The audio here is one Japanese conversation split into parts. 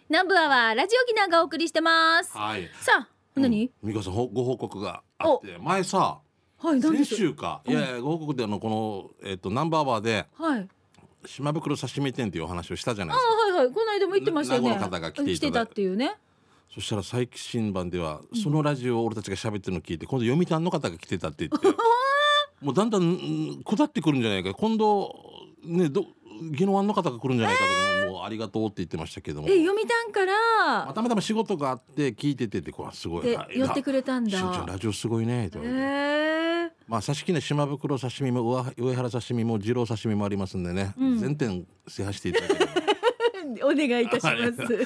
南部アワーラジオ沖縄がお送りしてます。 はい。 さあ、何美香さんご報告があって、前さ、 はい何で先す週か、いやいやご報告でこのナンバーバーではい島袋刺身店っていうお話をしたじゃないあですか。 はいはいこの間も言ってましたよね。 名護の方が来ていただいてっていうね。 そしたら最新版ではそのラジオを俺たちが喋ってるのを聞いて、今度読谷の方が来てたって言ってもうだんだん下ってくるんじゃないか、今度ね宜野湾の方が来るんじゃないかとか、もうありがとうって言ってましたけども、 読谷からたまたま仕事があって聞いててこれすごいで寄ってくれたんだ。 しゅうちゃんラジオすごいねと言われて、まあ刺し木ね、島袋刺身も上原刺身も二郎刺身もありますんでね、全店制覇していただければお願いいたします。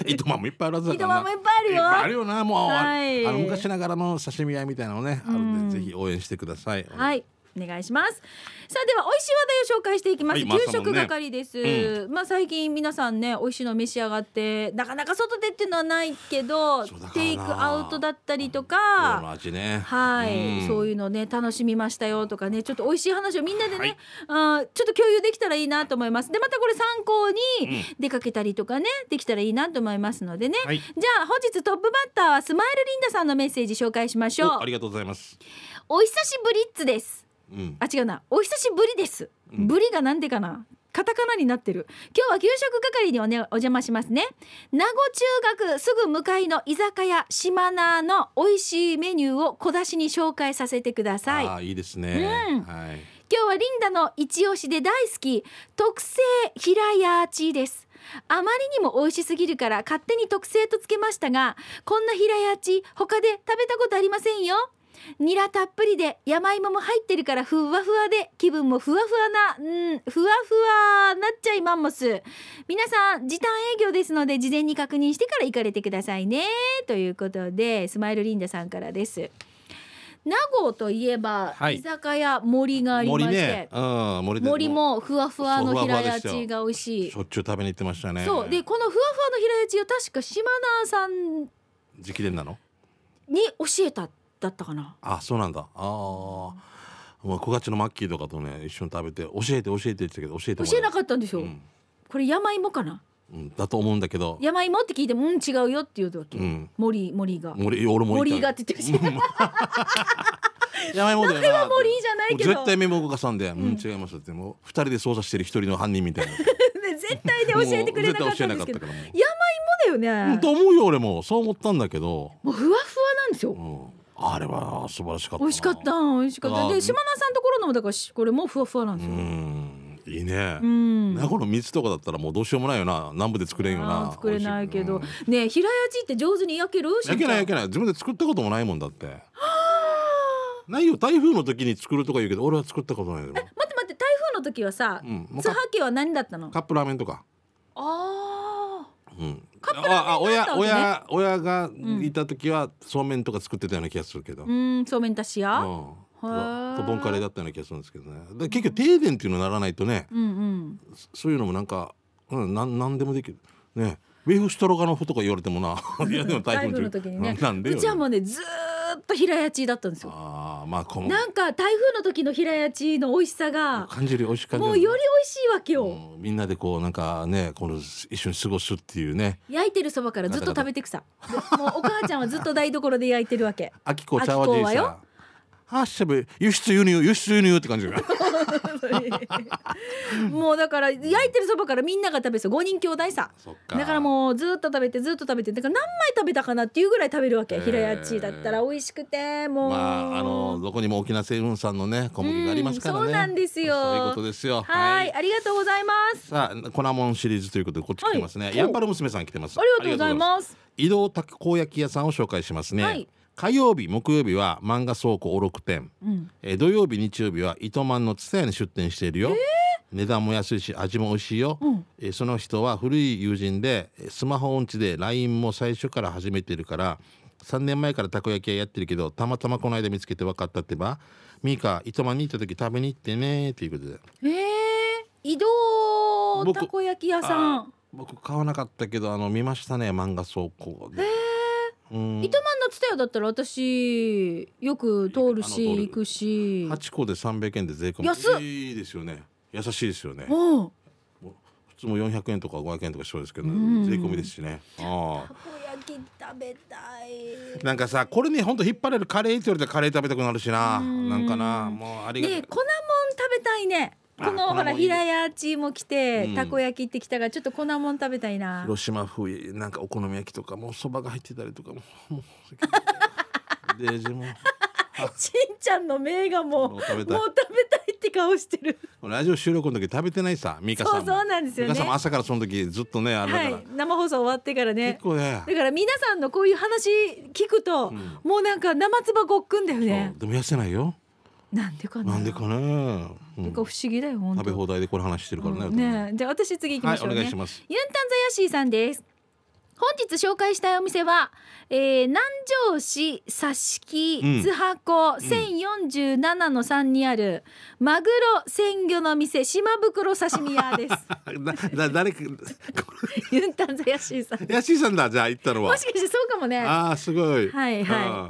糸満もいっぱいあるはずだ糸からな。 満もいっぱいあるよ。 いっぱいあるよなもう、 はい、 昔ながらの刺身屋みたいなのねあるんで、ぜひ応援してください。 はいお願いします。さあでは美味しい話題を紹介していきます、 はい、 給食係です、最近皆さんね美味しいの召し上がってなかなか外でっていうのはないけどテイクアウトだったりとか、 の味ね、 はい、そういうのね楽しみましたよとかね、ちょっと美味しい話をみんなでね、ちょっと共有できたらいいなと思います。でまたこれ参考に出かけたりとかね、できたらいいなと思いますのでね、じゃあ本日トップバッターはスマイルリンダさんのメッセージ紹介しましょう。 ありがとうございます。 お久しぶりっつです、違うな、お久しぶりです、ぶりがなんでかな、カタカナになってる。今日は給食係にお邪魔しますね。名護中学すぐ向かいの居酒屋島名の美味しいメニューを小出しに紹介させてください。 いいですね、はい。 今日はリンダの一押しで大好き特製平屋チです。あまりにも美味しすぎるから勝手に特製とつけましたが、こんな平屋チ他で食べたことありませんよ。ニラたっぷりで山芋も入ってるからふわふわで気分もふわふわなっちゃいまんもす。皆さん時短営業ですので事前に確認してから行かれてくださいねということで、スマイルリンダさんからです。名護といえば、居酒屋森がありまして、森もふわふわの平屋チが美味しい。 しょっちゅう食べに行ってましたね。 そうでこのふわふわの平屋チを確か島名さん直伝なのに教えただったかな。 あ、そうなんだ。もう9月のマッキーとかとね一緒に食べて教えてって言ってたけど教えなかったんでしょ、これ山芋かな、 だと思うんだけど、 山芋って聞いても違うよって言うわけ、森が俺も森がって言ってるし山芋だよな。 名前は森じゃないけど絶対メモ動かさんで、違いますってもう2人で操作してる一人の犯人みたいな絶対で教えてくれなかったんですけど山芋だよねと思うよ。俺もそう思ったんだけど、 もうふわふわなんですよ、 あれは素晴らしかった。 美味しかったで、島名さんのところのもだからこれもふわふわなんですよ。 いいね。名護の水とかだったらもうどうしようもないよな。南部で作れんよな。 作れないけどね、平屋チって上手に焼ける？ 焼けない自分で作ったこともないもんだって。ないよ、台風の時に作るとか言うけど俺は作ったことないよ。 待って台風の時はさ、津波家は何だったの？ カップラーメンとか。 カップラーメンだったわけね。 親がいた時はそうめんとか作ってたような気がするけど、 そうめんたしやとボンカレーだったような気がするんですけどね。で結局停電っていうのにならないとね、そういうのもなんか、なんでもできるね。ビーフストロガノフとか言われてもないやでも台風の時にね、うちはもうねずーっと平屋チだったんですよ。なんか台風の時の平屋チの美味しさが感じる、美味しく感じる。 もうより美味しいわけよ。 みんなでこうなんかね、この一緒に過ごすっていうね。 焼いてるそばからずっと食べてくさもうお母ちゃんはずっと台所で焼いてるわけ。 あきこ茶わじさ輸出輸入って感じがもうだから焼いてるそばからみんなが食べて5人兄弟さ。だからもうずっと食べてだから何枚食べたかなっていうぐらい食べるわけ。平屋チだったら美味しくてもうどこにも沖縄製粉さんのね小麦がありますからね。 そうなんですよ。 そういうことですよ。 はい、ありがとうございます。 さあ粉もんシリーズということでこっち来てますね。やんばる娘さん来てます。 ありがとうございます。 移動宅工焼き屋さんを紹介しますね。火曜日木曜日は漫画倉庫お6店、土曜日日曜日は糸満の蔦屋に出店しているよ。値段も安いし味も美味しいよ。その人は古い友人でスマホ音痴で LINE も最初から始めてるから3年前からたこ焼き屋やってるけどたまたまこの間見つけて分かったってばミーカ糸満に行った時食べに行ってねっていうことで。 移動たこ焼き屋さん僕買わなかったけど見ましたね、漫画倉庫で。 糸満の蔦屋だったら私よく通るし行くし 8個で300円で税込み。 安いいですよね。優しいですよね。 普通も400円とか500円とかしそうですけど、税込みですしね。 たこ焼き食べたい。 なんかさこれにほんと引っ張れるカレーって言われたらカレー食べたくなるしな。なんかなもうありがとう。 ね粉もん食べたいね。このほら平屋地も来て、たこ焼きってきたからちょっと粉もん食べたいな。 広島風なんかお好み焼きとかもうそばが入ってたりとかもデージもしんちゃんの目がもう食べたいって顔してる。 ラジオ収録の時食べてないさミカさんも。 そうなんですよね。 ミカさんも朝からその時ずっとねあれだから、 生放送終わってからね。 結構ねだから皆さんのこういう話聞くと、もうなんか生唾ごっくんだよね。 でも痩せないよ。 なんでかな。 なんでかね。 不思議だよ本当。 食べ放題でこれ話してるからね。 ね、じゃあ私次行きましょうね。 お願いします。 ユンタンザヤシーさんです。本日紹介したいお店は、南城市佐敷津箱1047の3にあるマグロ鮮魚の店島袋刺身屋です。 誰かユンタンザヤシーさん。 ヤシーさんだ。じゃあ行ったのは。 もしかしてそうかもね。 ああすごい。 はいはい。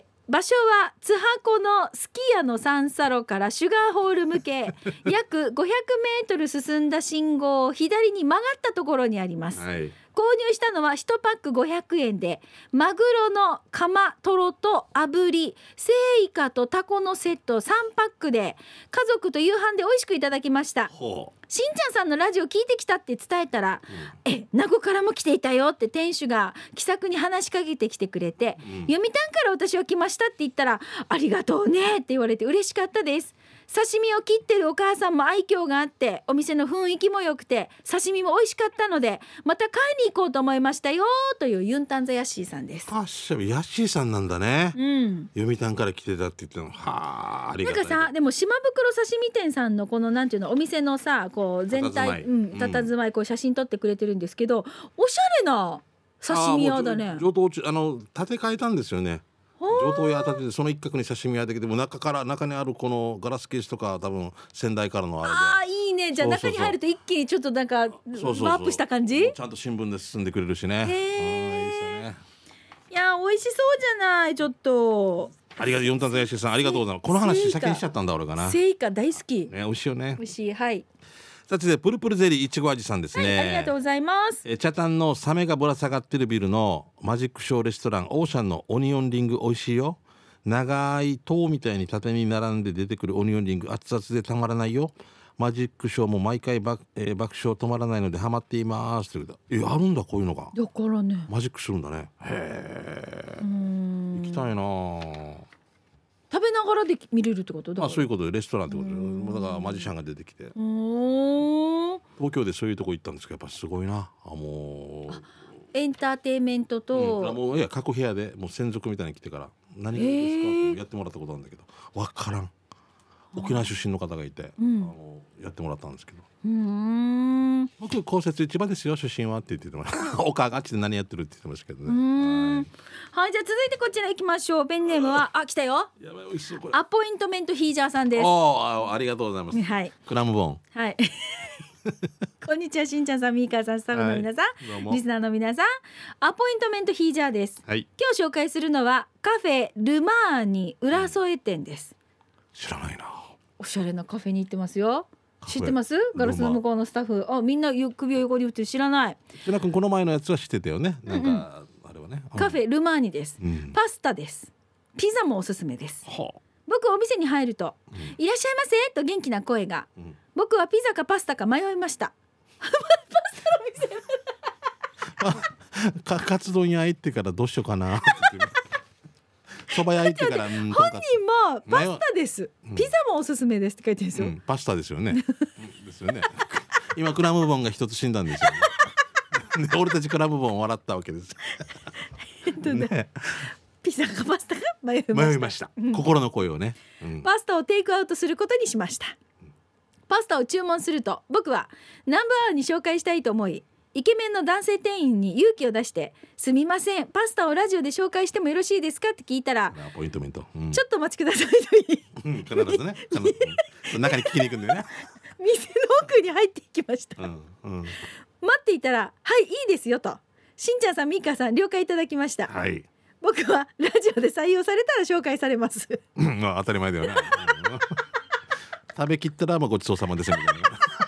場所は津箱のすき家の三叉路からシュガーホール向け約500メートル進んだ信号を左に曲がったところにあります、購入したのは1パック500円でマグロのカマトロと炙りセイイカとタコのセット3パックで家族と夕飯で美味しくいただきました。しんちゃんさんのラジオ聞いてきたって伝えたら、名護からも来ていたよって店主が気さくに話しかけてきてくれて、読谷から私は来ましたって言ったらありがとうねって言われて嬉しかったです。刺身を切ってるお母さんも愛嬌があってお店の雰囲気も良くて刺身も美味しかったのでまた買いに行こうと思いましたよというユンタンザヤッシーさんです。 ヤッシーさんなんだね、読谷から来てたって言ってのはありがたい。 なんかさでも島袋刺身店さんのこのなんていうのお店のさこう全体佇まいこう写真撮ってくれてるんですけどおしゃれな刺身屋だね。 上等建て替えたんですよね。上等屋建ててその一角に刺身屋できても中にあるこのガラスケースとか多分仙台からのあれでいいね。じゃあ中に入ると一気にちょっとなんかバーアップした感じ。 ちゃんと新聞で進んでくれるしね。いいですね。 いや美味しそうじゃないちょっと。 ありがとうヨンタンザヤシさんありがとうございます。この話先にしちゃったんだ俺かな。 セイカ大好き。 美味しいよね。 美味しい。はい。 さてプルプルゼリーいちご味さんですね、 ありがとうございます。 茶炭のサメがぶら下がってるビルのマジックショーレストランオーシャンのオニオンリング美味しいよ。長い塔みたいに縦に並んで出てくるオニオンリング熱々でたまらないよ。マジックショーも毎回爆笑止まらないのでハマっていますって言うあるんだこういうのが。 だからねマジックするんだね。へえ行きたいな。 食べながらで見れるってことだ。 そういうことでレストランってことだからマジシャンが出てきて東京でそういうとこ行ったんですけどやっぱすごいな。もうエンターテインメントと、 もう各部屋でもう専属みたいに来てから何がいいですかってやってもらったことなんだけど分からん。沖縄出身の方がいて、やってもらったんですけど僕公設市場ですよ出身はって言ってましたお母があっちで何やってるって言ってましたけどね。 はいじゃあ続いてこちら行きましょう。ペンネームは来たよ。 やばい美味しそうこれ。 アポイントメントヒージャーさんです。 ありがとうございます。 はいクラムボンはいこんにちはしんちゃんさんミーカーさんスタッフの皆さん、リスナーの皆さんアポイントメントヒージャーです、今日紹介するのはカフェルマーニ浦添店です、 知らないな。 おしゃれなカフェに行ってますよ。知ってます？ガラスの向こうのスタッフみんな首を横に振って知らない。 瀬名君この前のやつは知ってたよね。なんか、あれはねカフェルマーニです、パスタです。ピザもおすすめです、僕お店に入ると、いらっしゃいませと元気な声が、僕はピザかパスタか迷いましたパスタの店カツ丼屋行ってからどうしようかなそば屋行ってから本人もパスタです、ピザもおすすめですって書いてるんですよ、 パスタですよねですよね今クラムボンが一つ死んだんですよ、ね、で俺たちクラムボン笑ったわけですね、 ピザかパスタか迷いました、 心の声をね、 パスタをテイクアウトすることにしました。パスタを注文すると僕はナンバーワンに紹介したいと思いイケメンの男性店員に勇気を出してすみませんパスタをラジオで紹介してもよろしいですかって聞いたらアポイントメント、 ちょっとお待ちくださいと言い、 必ずね中に聞きに行くんだよね店の奥に入っていきました、待っていたらはいいいですよとしんちゃんさんみーかさん了解いただきました、僕はラジオで採用されたら紹介されます当たり前だよね、食べきったらごちそうさまですみたいな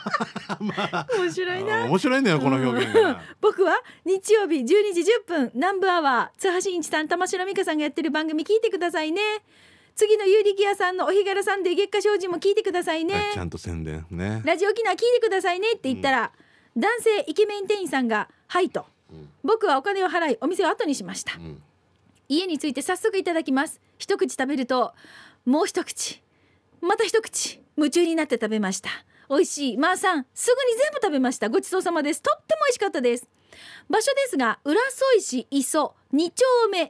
面白いな。 面白いんだよこの表現が僕は日曜日12時10分南部アワー津波真一さん玉城美香さんがやってる番組聞いてくださいね。次の有力屋さんのお日柄サンデー月下精進も聞いてくださいね。 ちゃんと宣伝ね。 ラジオ沖縄聞いてくださいねって言ったら、男性イケメン店員さんがはいと、僕はお金を払いお店を後にしました、家に着いて早速いただきます。一口食べるともう一口また一口夢中になって食べました。美味しいまーさんすぐに全部食べました。ごちそうさまです。とっても美味しかったです。場所ですが浦添市磯2丁目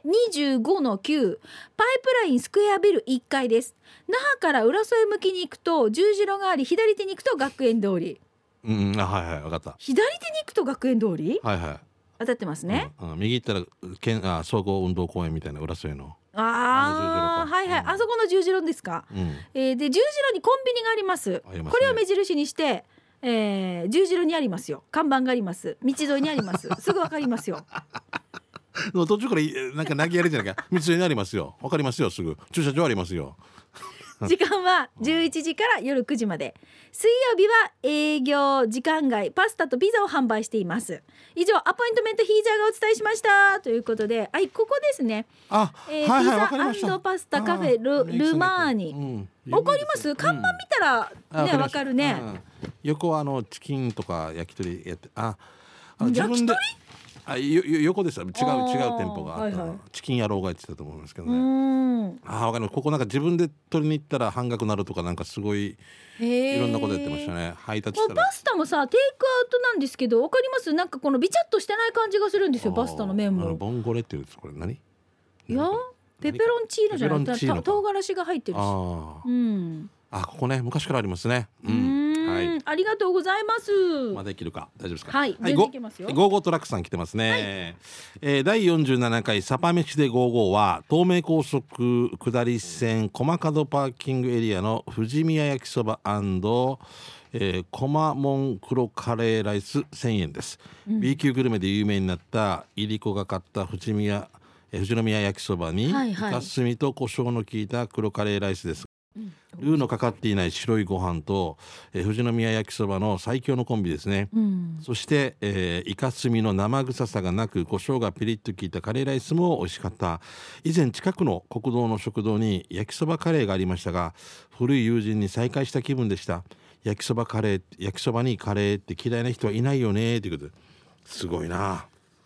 25-9 パイプラインスクエアビル1階です。那覇から浦添向きに行くと十字路があり、左手に行くと学園通り、 はいはい分かった。 左手に行くと学園通り、 はいはい当たってますね、 右行ったら総合運動公園みたいな浦添のはいはい、あそこの十字路ですか、で十字路にコンビニがあります。これを目印にして、十字路にありますよ。看板があります。道沿いにありますすぐわかりますよ途中からなんか投げやりじゃないか道沿いにありますよ。わかりますよ。すぐ駐車場ありますよ時間は11時から夜9時まで。水曜日は営業時間外パスタとピザを販売しています。以上アポイントメントヒージャーがお伝えしましたということで、ここですね。ピザ&パスタカフェルマーニ、わかります？看板見たらね、わかるね。 横はチキンとか焼き鳥やって自分で横ですよ。違う店舗があった、チキン野郎が言ってたと思いますけどね。わかります。ここなんか自分で取りに行ったら半額になるとか、なんかすごいいろんなことやってましたね。配達したらパスタもさテイクアウトなんですけど、わかります？なんかこのビチャッとしてない感じがするんですよ。パスタの麺もボンゴレっていうんです。これ何？ いやペペロンチーノじゃない？唐辛子が入ってるし。ここね昔からありますね。ありがとうございます。 まだいけるか大丈夫ですか？ 全然いけますよ。 ゴーゴートラックさん来てますね。第47回サパ飯でゴーゴーは東名高速下り線駒門パーキングエリアの富士宮焼きそば&コマモン黒カレーライス1000円です、B 級グルメで有名になったいりこがかった富士宮焼きそばに、イカスミと胡椒の効いた黒カレーライスです。ルーのかかっていない白いご飯と、富士宮焼きそばの最強のコンビですね、そして、イカスミの生臭さがなく胡椒がピリッと効いたカレーライスも美味しかった。以前近くの国道の食堂に焼きそばカレーがありましたが、古い友人に再会した気分でした。焼きそばにカレーって嫌いな人はいないよねということで、すごいな。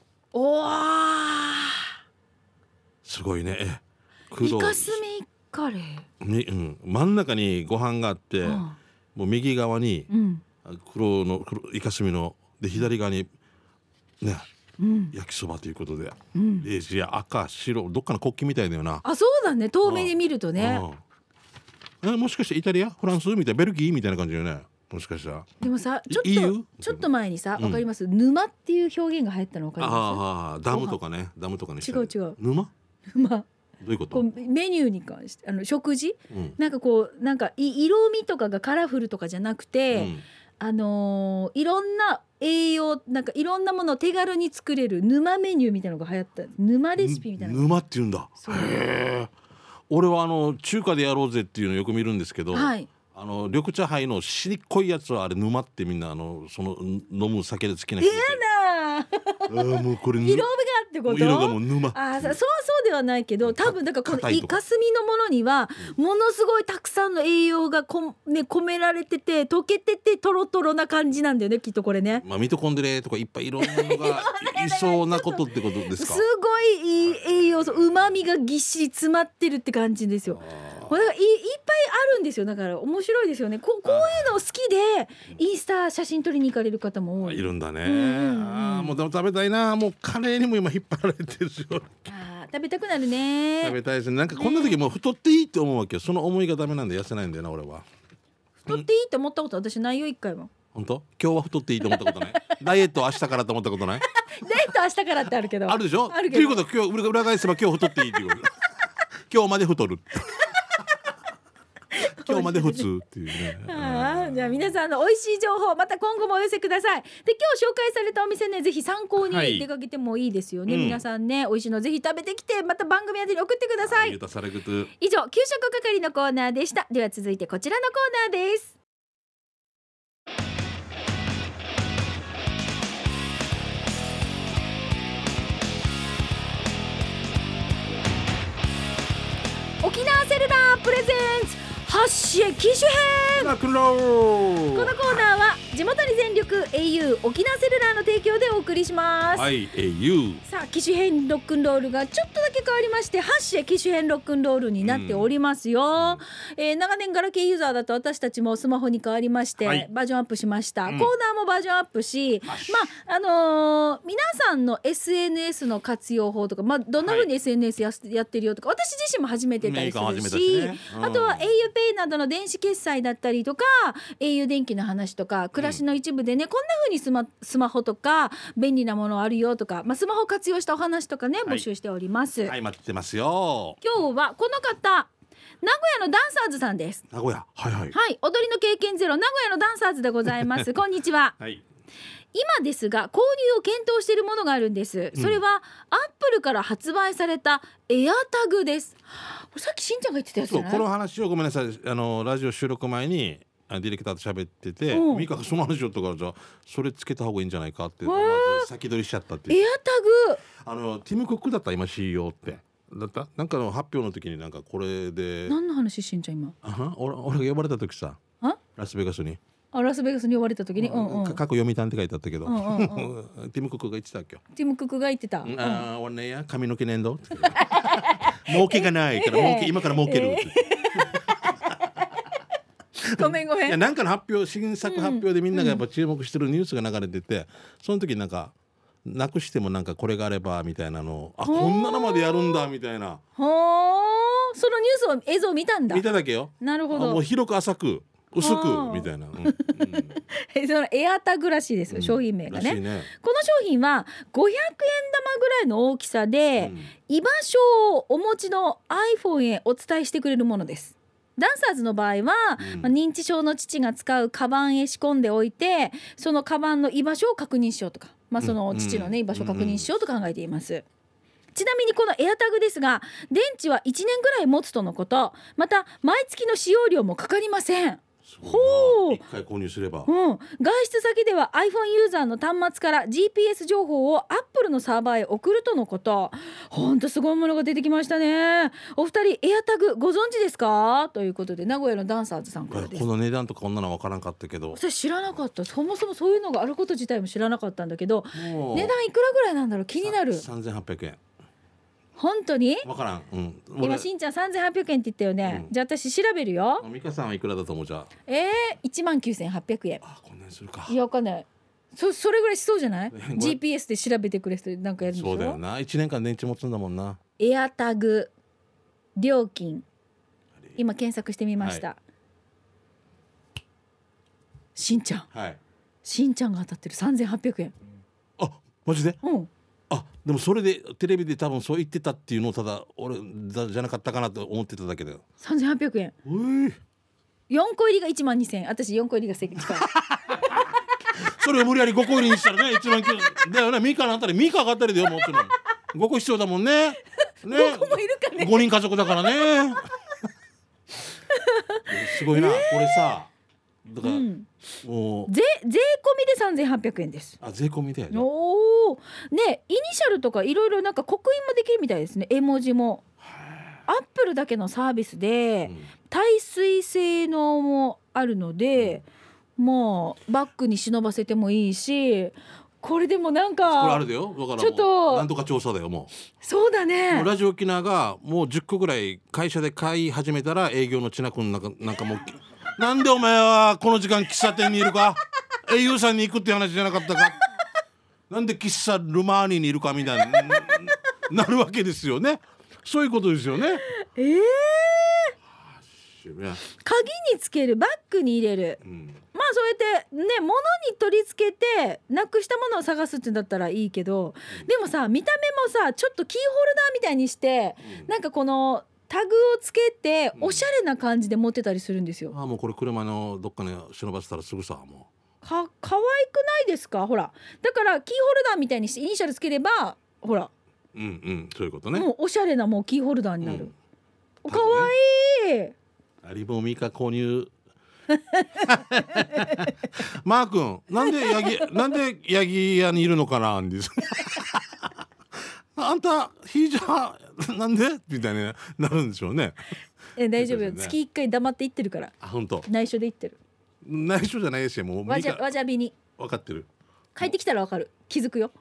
すごいね。 イカスミカレー真ん中にご飯があって、もう右側に黒イカスミので、左側にね、焼きそばということで、レージや赤白どっかの国旗みたいだよな。 そうだね、遠目で見るとね。 もしかしてイタリアフランスみたいな、ベルギーみたいな感じよね。もしかしたら。 でもさちょっと前にさ、わかります？沼っていう表現が流行ったのわかります？ ダムとかね違う沼どういうこと？ メニューに関して食事、なんかこうなんか色味とかがカラフルとかじゃなくて、いろんな栄養なんかいろんなものを手軽に作れる沼メニューみたいなのが流行った。沼レシピみたいな。 沼って言うんだ。へえ。俺は中華でやろうぜっていうのをよく見るんですけど、緑茶杯のしりっこいやつはあれ沼ってみんなその飲む酒で好きな人で。もうこれ色がってこと？ 色がもう沼。 そうではないけど、多分だからこのイカスミのものにはものすごいたくさんの栄養が込められてて、溶けててトロトロな感じなんだよね、きっとこれね。 ミトコンドリアとかいっぱいいろんなのがいそうなことってことですか？ すごいいい栄養素、旨味がぎっしり詰まってるって感じですよ。だからいっぱいあるんですよ。だから面白いですよね。こういうの好きでインスタ写真撮りに行かれる方も多い。 いるんだね。もうでも食べたいな。もうカレーにも今引っ張られてるし。 食べたくなるね。 食べたいですね。なんかこんな時もう太っていいって思うわけよ。その思いがダメなんで痩せないんだよな俺は。 太っていいって思ったこと私ないよ、一回も。 本当？今日は太っていいと思ったことない。ダイエット明日からと思ったことない。 ダイエット明日からってあるけど。 あるでしょ。 あるけど。 ということは今日裏返せば今日太っていいっていうこと。今日まで太る。今日まで普通っていうね。 じゃあ皆さんの美味しい情報また今後もお寄せください。で、今日紹介されたお店ね、ぜひ参考に出かけてもいいですよね、皆さんね。美味しいのぜひ食べてきて、また番組宛てに送ってください。以上、給食係のコーナーでした。では続いてこちらのコーナーです。 プレゼンツ発信機種編。 ラクロー。 このコーナーは地元に全力 au 沖縄セルラーの提供でお送りします。 はい au。 さあ機種編ロックンロールがちょっとだけ変わりまして、発信機種編ロックンロールになっておりますよ、長年ガラケーユーザーだと私たちもスマホに変わりまして、はい、バージョンアップしました、コーナーもバージョンアップし、皆さんの SNS の活用法とか、どんな風に SNS やってるよとか、私自身も始めてたりするし、あとは auPay などの電子決済だったりとか au 電気の話とか暮らしの一部でね、こんな風にスマホとか便利なものあるよとか、スマホ活用したお話とかね、募集しております。 はい、待ってますよ。 今日はこの方、名古屋のダンサーズさんです。 名古屋、はいはい、 はい、踊りの経験ゼロ名古屋のダンサーズでございますこんにちは、はい、今ですが購入を検討しているものがあるんです。それはアップルから発売されたエアタグです。さっきしんちゃんが言ってたやつじゃない？ そう、この話をごめんなさい、ラジオ収録前にディレクターと喋ってて、ミカがその話をとからじゃあそれつけた方がいいんじゃないかって、先取りしちゃったっていう。 エアタグ、 ティム・クックだった今 CEO ってだったなんかの発表の時になんかこれで何の話しんちゃん今？ 俺が呼ばれた時さ、ラスベガスにラスベガスに呼ばれた時に、 過去読みたんって書いてあったけど、ティム・クックが言ってたっけ？ ティム・クックが言ってた。 俺ねや髪の毛粘土儲けがないから今から儲けるってごめんいや、 なんかの発表、新作発表でみんながやっぱ注目してるニュースが流れてて、その時になんかなくしてもなんかこれがあればみたいなの、こんなのまでやるんだみたいな。 そのニュースを映像を見たんだ。 見ただけよ。 なるほど。 もう広く浅く薄くみたいな、 そのエアタグらしいです、商品名が ね。この商品は500円玉ぐらいの大きさで、居場所をお持ちの iPhone へお伝えしてくれるものです。ダンサーズの場合は、認知症の父が使うカバンへ仕込んでおいて、そのカバンの居場所を確認しようとか、その父のね、居場所を確認しようと考えています。ちなみにこのエアタグですが、電池は1年ぐらい持つとのこと。また毎月の使用料もかかりません。 1回購入すれば、 外出先では iPhone ユーザーの端末から GPS 情報を Apple のサーバーへ送るとのこと。ほんとすごいものが出てきましたね。お二人エアタグご存知ですか？ということで名古屋のダンサーズさんからです。 この値段とかこんなの分からんかったけど、 それ知らなかった。そもそもそういうのがあること自体も知らなかったんだけど、値段いくらぐらいなんだろう、気になる。 3800円。 本当に分からん、 今しんちゃん3800円って言ったよね、じゃあ私調べるよ。 美香さんはいくらだと思う？じゃあ 19,800円。 こんなにするか。 いや、わかんない。それぐらいしそうじゃない？ GPS で調べてくれる人なんかやるんでしょ。 そうだよな、1年間電池持つんだもんな。 エアタグ料金今検索してみました、しんちゃん、しんちゃんが当たってる3800円。 マジで？でもそれでテレビで多分そう言ってたっていうのをただ俺じゃなかったかなと思ってただけだよ。 3800円。4個入りが12,000円。私4個入りが正解それを無理やり5個入りにしたらね1万9だよね。ミカのあたり、ミカがあたりだよ、もちろん5個必要だもんね。 5個もいるかね。 5人家族だからねすごいなこれさ。だから、もう税込みで3,800円です。 税込みで。 ね、イニシャルとかいろいろなんか刻印もできるみたいですね。絵文字もアップルだけのサービスで、耐水性能もあるので、もうバッグに忍ばせてもいいし、これでもなんかこれあれだよ。だからちょっとなんとか調査だよ。もうそうだね。 ラジオ沖縄がもう10個ぐらい会社で買い始めたら、営業のちなくんなんかもうなんでお前はこの時間喫茶店にいるかau さんに行くって話じゃなかったかなんで喫茶ルマーニにいるかみたいななるわけですよね。そういうことですよね。 鍵につける、バッグに入れる、そうやってね、物に取り付けてなくしたものを探すってだったらいいけど、でもさ、見た目もさ、ちょっとキーホルダーみたいにして、なんかこのタグをつけておしゃれな感じで持ってたりするんですよ。 もうこれ車のどっかに忍ばせたらすぐさ、もう可愛くないですか？ほら、だからキーホルダーみたいにしてイニシャルつければ、ほら、 そういうことね。 もうおしゃれなもうキーホルダーになる、可愛い。 リボミカ購入マー君、なんでヤギ屋にいるのかなんですあんたヒージャーなんでみたいになるんでしょうね。 大丈夫よ、 ね、 月1回黙って行ってるから。 あ、本当。 内緒で行ってる。 内緒じゃないですよ、もうわじゃびに分かってる。 帰ってきたら分かる、気づくよ。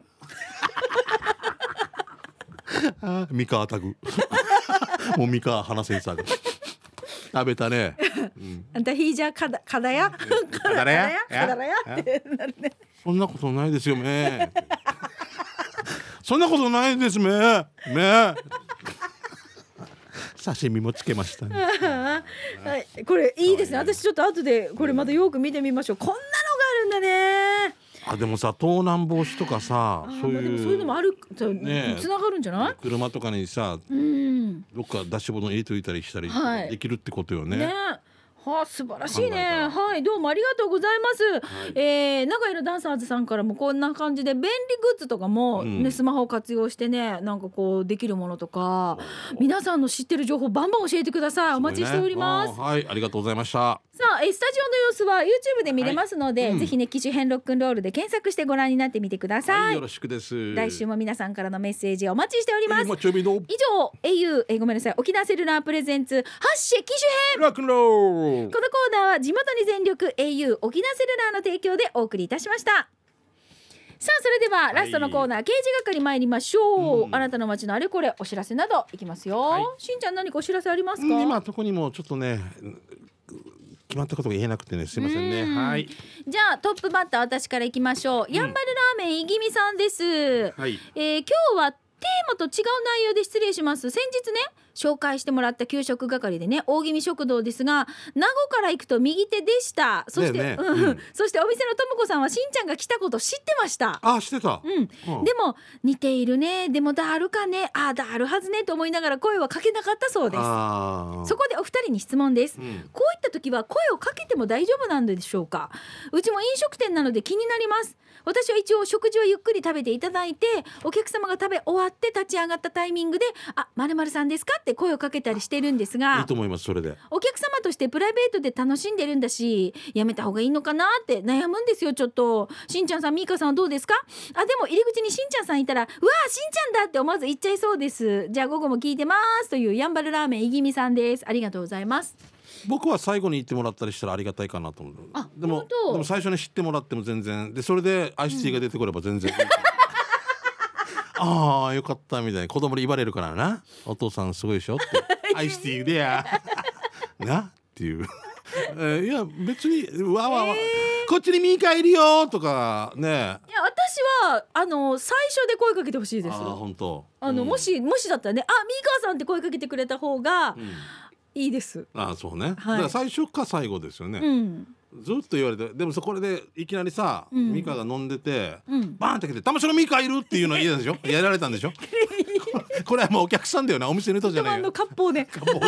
あ、ミカタグもうミカ花センサーが食べたね、 うん、あんたひいじゃかだやかだやってなるね。 そんなことないですよねそんなことないですね刺身もつけましたねはい、これいいですね。私ちょっと後でこれまたよく見てみましょう。こんなのがあるんだね。 あ、でもさ、盗難防止とかさ、そういうのもある、ね、つながるんじゃない？ 車とかにさ、どっかダッシュボードに入れといたりしたりできるってことよね。 ね、はあ、素晴らしいね。はい、どうもありがとうございます。はい、長井のダンサーズさんからもこんな感じで便利グッズとかも、ね、スマホを活用してね、なんかこうできるものとか、皆さんの知ってる情報バンバン教えてください。お待ちしております。 はい、ありがとうございました。 さあ、スタジオの様子は YouTube で見れますので、ぜひね、機種編ロックンロールで検索してご覧になってみてください。 はい、よろしくです。 来週も皆さんからのメッセージお待ちしております。以上、au ごめんなさい、沖縄セルラープレゼンツハッシェ機種編ロックンロール。 このコーナーは地元に全力 au 沖縄セルラーの提供でお送りいたしました。さあ、それではラストのコーナー、刑事係参りましょう。あなたの街のあれこれお知らせなどいきますよ。しんちゃん、何かお知らせありますか？ 今特にもちょっとね、決まったことが言えなくてね、すいませんね。はい。 じゃあトップバッター私からいきましょう。やんばるラーメンいぎみさんです。はい。今日はテーマと違う内容で失礼します。先日ね、紹介してもらった給食係でね、大宜味食堂ですが、名護から行くと右手でした。そして、そしてお店のともこさんはしんちゃんが来たこと知ってました。 あ、知ってた。 でも似ているね、でもだあるかね、あだあるはずねと思いながら声はかけなかったそうです。そこでお二人に質問です。こういった時は声をかけても大丈夫なんでしょうか？うちも飲食店なので気になります。私は一応食事をゆっくり食べていただいて、お客様が食べ終わって立ち上がったタイミングで、あ、〇〇さんですかって声をかけたりしてるんですが、 いいと思います。それでお客様としてプライベートで楽しんでるんだし、やめた方がいいのかなって悩むんですよ。ちょっとしんちゃんさん、みーかさんはどうですか？あ、でも入り口にしんちゃんさんいたら、うわーしんちゃんだって思わず言っちゃいそうです。じゃあ午後も聞いてますというやんばるラーメンいぎみさんです。ありがとうございます。 僕は最後に言ってもらったりしたらありがたいかなと思う。でも最初に知ってもらっても全然で、それでアイスティーが出てくれば全然、ああよかったみたいな、子供に言われるからな、お父さんすごいでしょってアイスティーでやなっていういや別にわわわ、こっちにミーカいるよとかね。いや、 私は最初で声かけてほしいです。 本当。 もしだったらね、あ、ミーカさんって声かけてくれた方が、いいです。 そうね、だから最初か最後ですよね。ずっと言われて、でもこれでいきなりさ、ミカが飲んでて、バーンって来て、玉城ミカいるっていうのは嫌でしょやられたんでしょこれはもうお客さんだよな、お店の人じゃないよ。 割烹で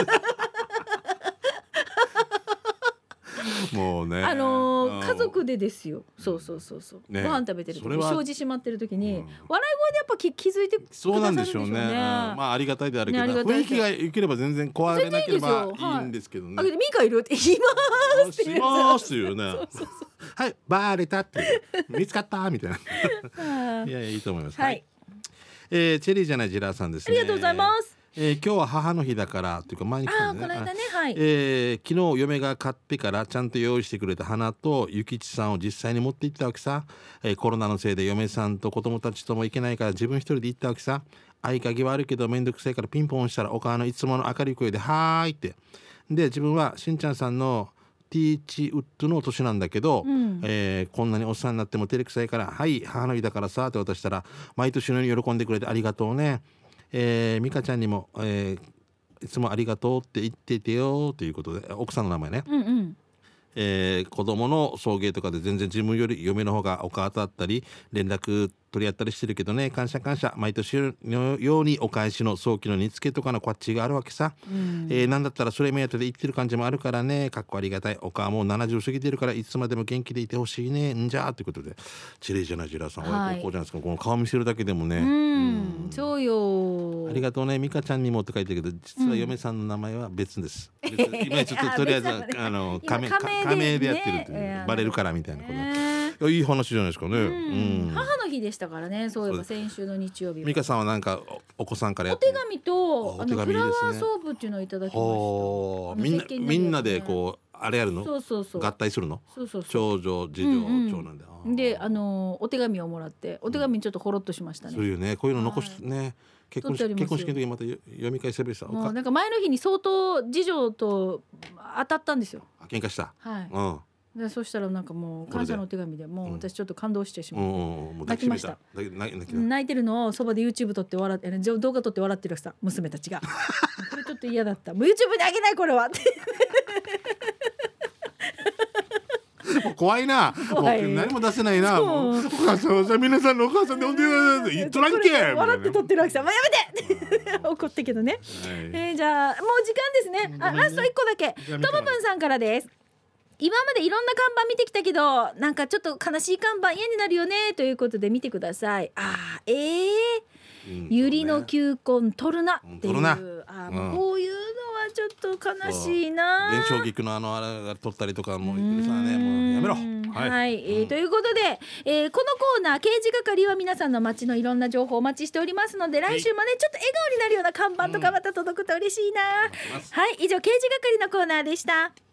もうね、 家族でですよ。そう、ね、ご飯食べてる時、障子閉まってる時に、笑い声でやっぱ気づいてくださるんでしょうね。そうなんでしょうね。まあありがたいであるけど、雰囲気が良ければ全然怖げなければいいんですけどね。 ミカいるって言いますって言いますよね。はい、バレたって見つかったみたいな。いやいいと思います。はい。チェリーじゃないジラーさんですね。 ありがとうございます。 今日は母の日だからというか前に来たんでね。この間ね、はい。昨日嫁が買ってからちゃんと用意してくれた花とゆきちさんを実際に持って行ったわけさ。コロナのせいで嫁さんと子供たちとも行けないから自分一人で行ったわけさ。合鍵はあるけどめんどくさいからピンポンしたらお母のいつもの明るい声ではーいって。で自分はしんちゃんさんのティーチウッドの年なんだけど、こんなにおっさんになっても照れくさいからはい母の日だからさって渡したら毎年のように喜んでくれてありがとうね。美香ちゃんにも、いつもありがとうって言っててよということで、奥さんの名前ね、子供の送迎とかで全然自分より嫁の方がお母とあったり連絡取り合ったりしてるけどね、感謝感謝、毎年のようにお返しの早期の煮付けとかのこっちがあるわけさ、なんだったらそれ目当てで言ってる感じもあるからね、かっこありがたい。お母もう70過ぎてるからいつまでも元気でいてほしいねんじゃということで、チレイじゃないジラさんはこうじゃないですか、この顔見せるだけでもね、 そうよ、 ありがとうね美香ちゃんにもって書いてるけど、実は嫁さんの名前は別です、今ちょっととりあえず仮名でやってるっていう、バレるからみたいなこといい話じゃないですかね、 母の日でしたからね。そういえば先週の日曜日は美香さんはなんか お子さんからお手紙とお手紙いいですねフラワーソープっていうのをいただきました。 みんなでこうあれやるの、 そう合体するの、 そう長女次女、長男で、 でお手紙をもらってお手紙ちょっとほろっとしましたね。 そういうね、こういうの残してね、結婚式の時また読み返せばいいさ。 なんか前の日に相当次女と当たったんですよ。 喧嘩した。 はい。でそしたらなんかもう感謝のお手紙でもう私ちょっと感動してしまって泣きました。泣いてるのをそばで YouTube 撮って笑って動画撮って笑ってるさ娘たちがこれちょっと嫌だった。もう YouTube にあげないこれはって怖いな。何も出せないな。お母さん皆さんのお母さんでおんで言っとらんけ。 笑って撮ってるわけさ。もうやめて怒ったけどね。じゃあもう時間ですね。ラスト1個だけトモブンさんからです。今までいろんな看板見てきたけどなんかちょっと悲しい看板嫌になるよねということで見てください。ゆりの球根取るなっていう、こういうのはちょっと悲しいな。 伝承菊のあれが取ったりとかもうさね、もうやめろ。 はい、ということで、このコーナー刑事係は皆さんの街のいろんな情報をお待ちしておりますので、来週もねちょっと笑顔になるような看板とかまた届くと嬉しいな。はい、以上刑事係のコーナーでした。